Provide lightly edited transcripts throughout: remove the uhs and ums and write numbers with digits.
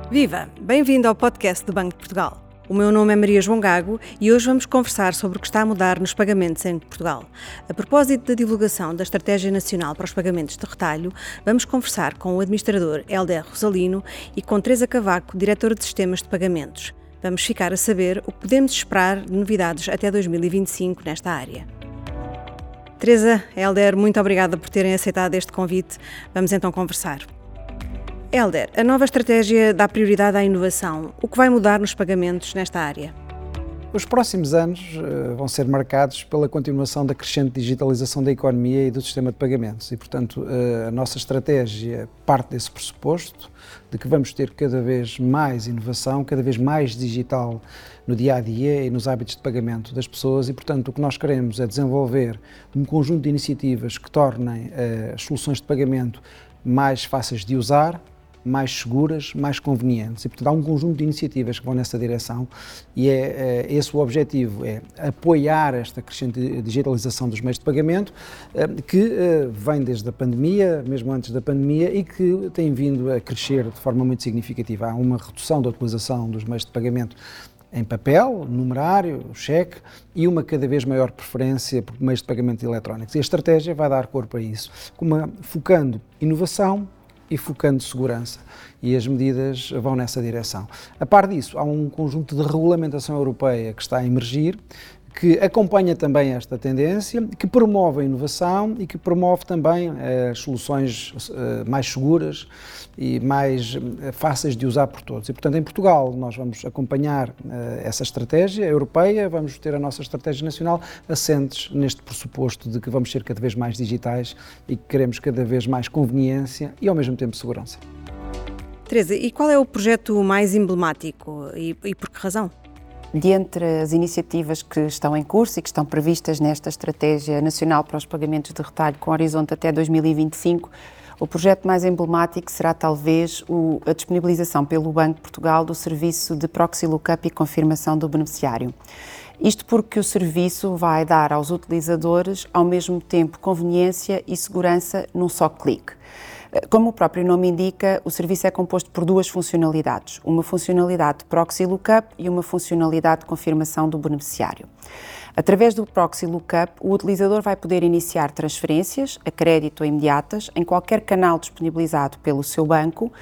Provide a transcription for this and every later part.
Viva! Bem-vindo ao podcast do Banco de Portugal. O meu nome é Maria João Gago e hoje vamos conversar sobre o que está a mudar nos pagamentos em Portugal. A propósito da divulgação da Estratégia Nacional para os Pagamentos de Retalho, vamos conversar com o administrador Hélder Rosalino e com Teresa Cavaco, diretora de Sistemas de Pagamentos. Vamos ficar a saber o que podemos esperar de novidades até 2025 nesta área. Teresa, Hélder, muito obrigada por terem aceitado este convite. Vamos então conversar. Hélder, a nova estratégia dá prioridade à inovação. O que vai mudar nos pagamentos nesta área? Os próximos anos vão ser marcados pela continuação da crescente digitalização da economia e do sistema de pagamentos e, portanto, a nossa estratégia parte desse pressuposto de que vamos ter cada vez mais inovação, cada vez mais digital no dia-a-dia e nos hábitos de pagamento das pessoas e, portanto, o que nós queremos é desenvolver um conjunto de iniciativas que tornem as soluções de pagamento mais fáceis de usar, mais seguras, mais convenientes. E, portanto, há um conjunto de iniciativas que vão nessa direção e esse o objetivo, é apoiar esta crescente digitalização dos meios de pagamento que vem desde a pandemia, mesmo antes da pandemia, e que tem vindo a crescer de forma muito significativa. Há uma redução da utilização dos meios de pagamento em papel, numerário, cheque, e uma cada vez maior preferência por meios de pagamento eletrónicos. E a estratégia vai dar corpo a isso, focando inovação e focando segurança, e as medidas vão nessa direção. A par disso, há um conjunto de regulamentação europeia que está a emergir, que acompanha também esta tendência, que promove a inovação e que promove também as soluções mais seguras e mais fáceis de usar por todos. E, portanto, em Portugal nós vamos acompanhar essa estratégia europeia, vamos ter a nossa estratégia nacional assentes neste pressuposto de que vamos ser cada vez mais digitais e que queremos cada vez mais conveniência e, ao mesmo tempo, segurança. Teresa, e qual é o projeto mais emblemático e por que razão? De entre as iniciativas que estão em curso e que estão previstas nesta Estratégia Nacional para os Pagamentos de Retalho com horizonte até 2025, o projeto mais emblemático será talvez a disponibilização pelo Banco de Portugal do serviço de proxy lookup e confirmação do beneficiário. Isto porque o serviço vai dar aos utilizadores ao mesmo tempo conveniência e segurança num só clique. Como o próprio nome indica, o serviço é composto por duas funcionalidades, uma funcionalidade de proxy lookup e uma funcionalidade de confirmação do beneficiário. Através do proxy lookup, o utilizador vai poder iniciar transferências a crédito ou imediatas em qualquer canal disponibilizado pelo seu banco,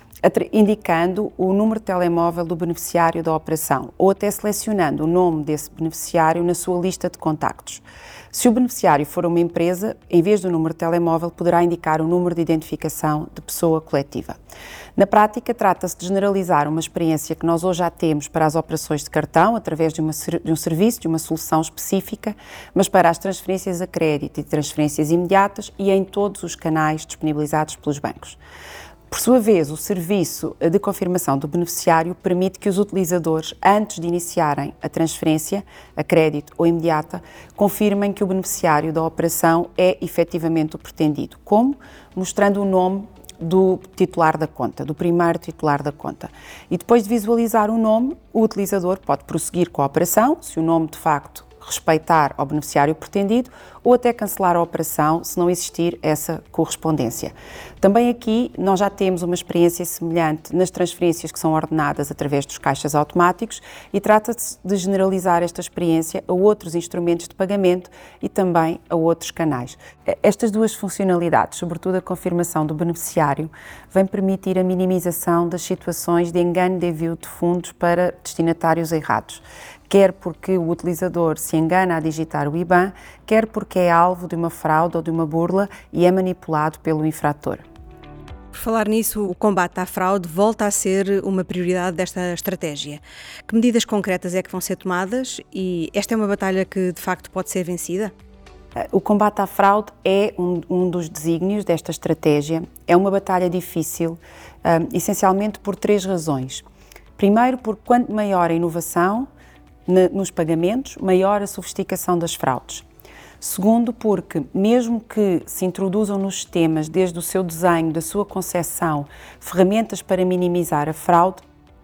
indicando o número de telemóvel do beneficiário da operação ou até selecionando o nome desse beneficiário na sua lista de contactos. Se o beneficiário for uma empresa, em vez do número de telemóvel, poderá indicar o número de identificação de pessoa coletiva. Na prática, trata-se de generalizar uma experiência que nós hoje já temos para as operações de cartão, através de um serviço, de uma solução específica, mas para as transferências a crédito e transferências imediatas e em todos os canais disponibilizados pelos bancos. Por sua vez, o serviço de confirmação do beneficiário permite que os utilizadores, antes de iniciarem a transferência, a crédito ou imediata, confirmem que o beneficiário da operação é efetivamente o pretendido. Como? Mostrando o nome do titular da conta, do primeiro titular da conta. E depois de visualizar o nome, o utilizador pode prosseguir com a operação, se o nome de facto respeitar ao beneficiário pretendido, ou até cancelar a operação se não existir essa correspondência. Também aqui nós já temos uma experiência semelhante nas transferências que são ordenadas através dos caixas automáticos e trata-se de generalizar esta experiência a outros instrumentos de pagamento e também a outros canais. Estas duas funcionalidades, sobretudo a confirmação do beneficiário, vêm permitir a minimização das situações de engano de envio de fundos para destinatários errados, quer porque o utilizador se engana a digitar o IBAN, quer porque é alvo de uma fraude ou de uma burla e é manipulado pelo infrator. Por falar nisso, o combate à fraude volta a ser uma prioridade desta estratégia. Que medidas concretas é que vão ser tomadas e esta é uma batalha que, de facto, pode ser vencida? O combate à fraude é um dos desígnios desta estratégia. É uma batalha difícil, essencialmente por três razões. Primeiro, porque quanto maior a inovação nos pagamentos, maior a sofisticação das fraudes. Segundo, porque mesmo que se introduzam nos sistemas, desde o seu desenho, da sua concepção, ferramentas para minimizar a fraude,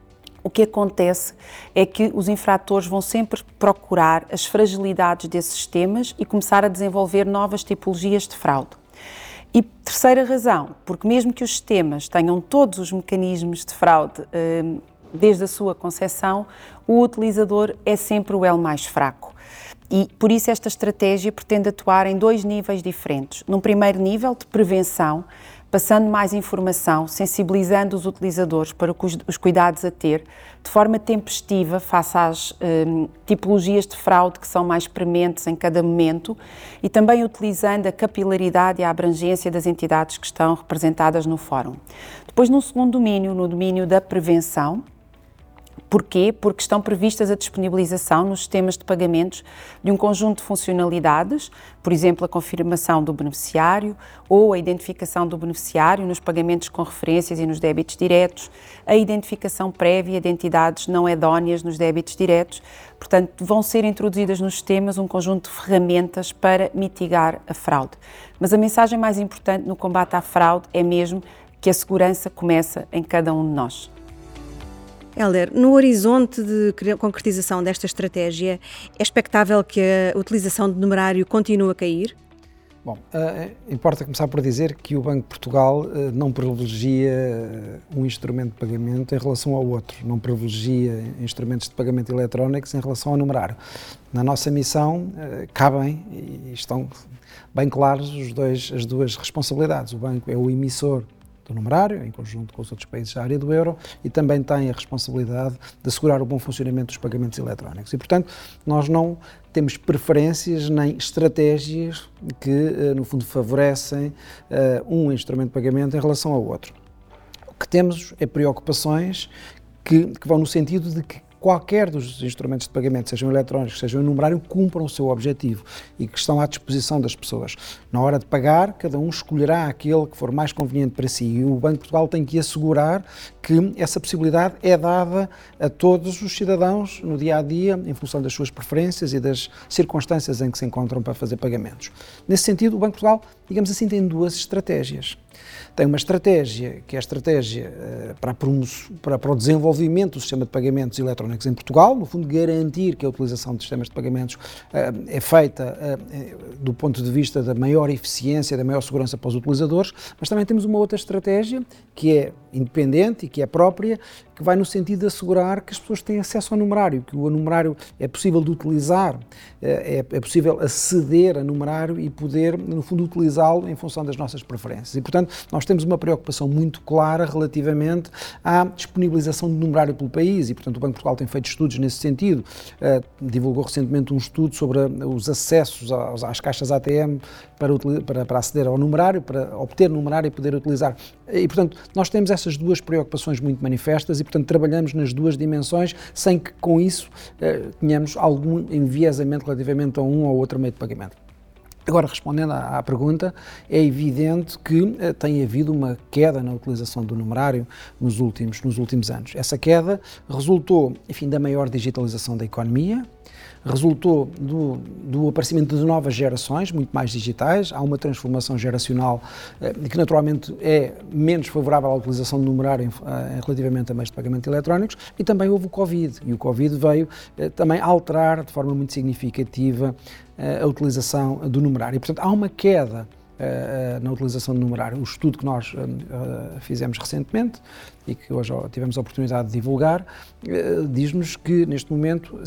o que acontece é que os infratores vão sempre procurar as fragilidades desses sistemas e começar a desenvolver novas tipologias de fraude. E terceira razão, porque mesmo que os sistemas tenham todos os mecanismos de fraude desde a sua concepção, o utilizador é sempre o elo mais fraco. E por isso esta estratégia pretende atuar em 2 níveis diferentes. Num primeiro nível de prevenção, passando mais informação, sensibilizando os utilizadores para os cuidados a ter, de forma tempestiva face às tipologias de fraude que são mais prementes em cada momento e também utilizando a capilaridade e a abrangência das entidades que estão representadas no fórum. Depois, num segundo domínio, no domínio da prevenção. Porquê? Porque estão previstas a disponibilização nos sistemas de pagamentos de um conjunto de funcionalidades, por exemplo, a confirmação do beneficiário ou a identificação do beneficiário nos pagamentos com referências e nos débitos diretos, a identificação prévia de entidades não idóneas nos débitos diretos. Portanto, vão ser introduzidas nos sistemas um conjunto de ferramentas para mitigar a fraude. Mas a mensagem mais importante no combate à fraude é mesmo que a segurança começa em cada um de nós. Hélder, no horizonte de concretização desta estratégia, é expectável que a utilização de numerário continue a cair? Bom, importa começar por dizer que o Banco de Portugal não privilegia um instrumento de pagamento em relação ao outro, não privilegia instrumentos de pagamento eletrónicos em relação ao numerário. Na nossa missão cabem e estão bem claros as duas responsabilidades. O banco é o emissor do numerário, em conjunto com os outros países da área do euro, e também tem a responsabilidade de assegurar o bom funcionamento dos pagamentos eletrónicos. E, portanto, nós não temos preferências nem estratégias que, no fundo, favorecem um instrumento de pagamento em relação ao outro. O que temos é preocupações que vão no sentido de que qualquer dos instrumentos de pagamento, sejam eletrónicos, sejam em numerário, cumpram o seu objetivo e que estão à disposição das pessoas. Na hora de pagar, cada um escolherá aquele que for mais conveniente para si e o Banco de Portugal tem que assegurar que essa possibilidade é dada a todos os cidadãos no dia-a-dia, em função das suas preferências e das circunstâncias em que se encontram para fazer pagamentos. Nesse sentido, o Banco de Portugal, digamos assim, tem 2 estratégias. Tem uma estratégia, que é a estratégia para o desenvolvimento do sistema de pagamentos eletrónicos em Portugal, no fundo garantir que a utilização de sistemas de pagamentos é feita do ponto de vista da maior eficiência, da maior segurança para os utilizadores, mas também temos uma outra estratégia que é independente e que é própria, que vai no sentido de assegurar que as pessoas têm acesso ao numerário, que o numerário é possível de utilizar, é possível aceder a numerário e poder, no fundo, utilizá-lo em função das nossas preferências. E, portanto, nós temos uma preocupação muito clara relativamente à disponibilização de numerário pelo país e, portanto, o Banco de Portugal tem feito estudos nesse sentido, divulgou recentemente um estudo sobre os acessos às caixas ATM para aceder ao numerário, para obter numerário e poder utilizar. E, portanto, nós temos essas 2 preocupações muito manifestas e, portanto, trabalhamos nas 2 dimensões sem que, com isso, tenhamos algum enviesamento relativamente a um ou outro meio de pagamento. Agora, respondendo à pergunta, é evidente que tem havido uma queda na utilização do numerário nos últimos anos. Essa queda resultou, enfim, da maior digitalização da economia, resultou do aparecimento de novas gerações, muito mais digitais. Há uma transformação geracional que naturalmente é menos favorável à utilização do numerário relativamente a meios de pagamento eletrónicos, e também houve o Covid, e o Covid veio também alterar de forma muito significativa a utilização do numerário. E, portanto, há uma queda na utilização do numerário. O estudo que nós fizemos recentemente e que hoje tivemos a oportunidade de divulgar, diz-nos que neste momento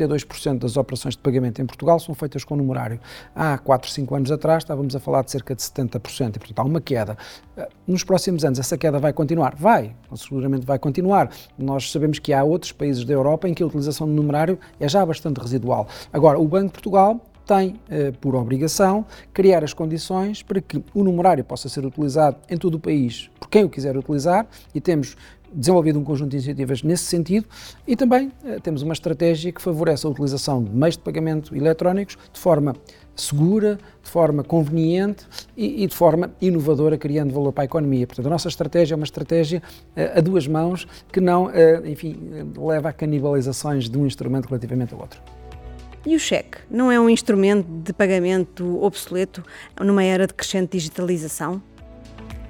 52% das operações de pagamento em Portugal são feitas com numerário. Há 4, 5 anos atrás estávamos a falar de cerca de 70% e, portanto, há uma queda. Nos próximos anos essa queda vai continuar? Seguramente vai continuar. Nós sabemos que há outros países da Europa em que a utilização do numerário é já bastante residual. Agora, o Banco de Portugal tem, por obrigação, criar as condições para que o numerário possa ser utilizado em todo o país por quem o quiser utilizar, e temos desenvolvido um conjunto de iniciativas nesse sentido, e também temos uma estratégia que favorece a utilização de meios de pagamento eletrónicos de forma segura, de forma conveniente e de forma inovadora, criando valor para a economia. Portanto, a nossa estratégia é uma estratégia a 2 mãos que não, leva a canibalizações de um instrumento relativamente ao outro. E o cheque não é um instrumento de pagamento obsoleto numa era de crescente digitalização?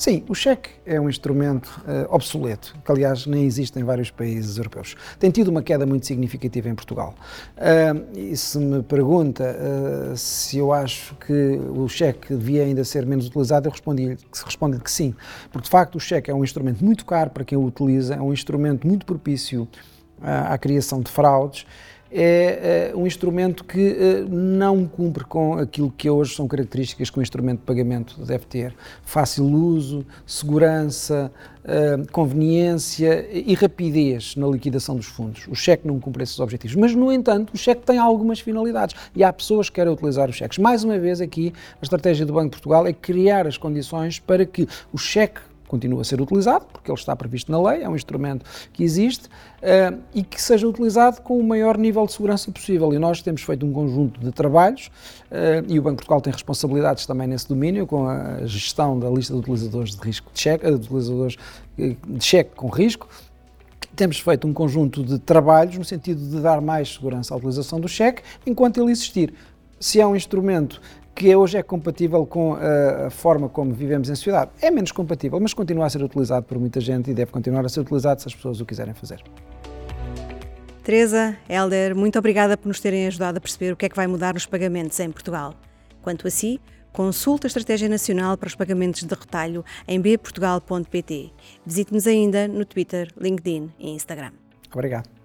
Sim, o cheque é um instrumento obsoleto, que aliás nem existe em vários países europeus. Tem tido uma queda muito significativa em Portugal. E se me pergunta se eu acho que o cheque devia ainda ser menos utilizado, eu respondo-lhe que sim. Porque de facto o cheque é um instrumento muito caro para quem o utiliza, é um instrumento muito propício à criação de fraudes. É um instrumento que não cumpre com aquilo que hoje são características que um instrumento de pagamento deve ter. Fácil uso, segurança, conveniência e rapidez na liquidação dos fundos. O cheque não cumpre esses objetivos, mas, no entanto, o cheque tem algumas finalidades e há pessoas que querem utilizar os cheques. Mais uma vez, aqui, a estratégia do Banco de Portugal é criar as condições para que o cheque continua a ser utilizado, porque ele está previsto na lei, é um instrumento que existe, e que seja utilizado com o maior nível de segurança possível. E nós temos feito um conjunto de trabalhos, e o Banco de Portugal tem responsabilidades também nesse domínio, com a gestão da lista de utilizadores de risco de cheque, de utilizadores de cheque com risco. Temos feito um conjunto de trabalhos no sentido de dar mais segurança à utilização do cheque, enquanto ele existir. Se é um instrumento que hoje é compatível com a forma como vivemos em sociedade, é menos compatível, mas continua a ser utilizado por muita gente e deve continuar a ser utilizado se as pessoas o quiserem fazer. Teresa, Hélder, muito obrigada por nos terem ajudado a perceber o que é que vai mudar nos pagamentos em Portugal. Quanto a si, consulte a Estratégia Nacional para os Pagamentos de Retalho em bportugal.pt. Visite-nos ainda no Twitter, LinkedIn e Instagram. Obrigado.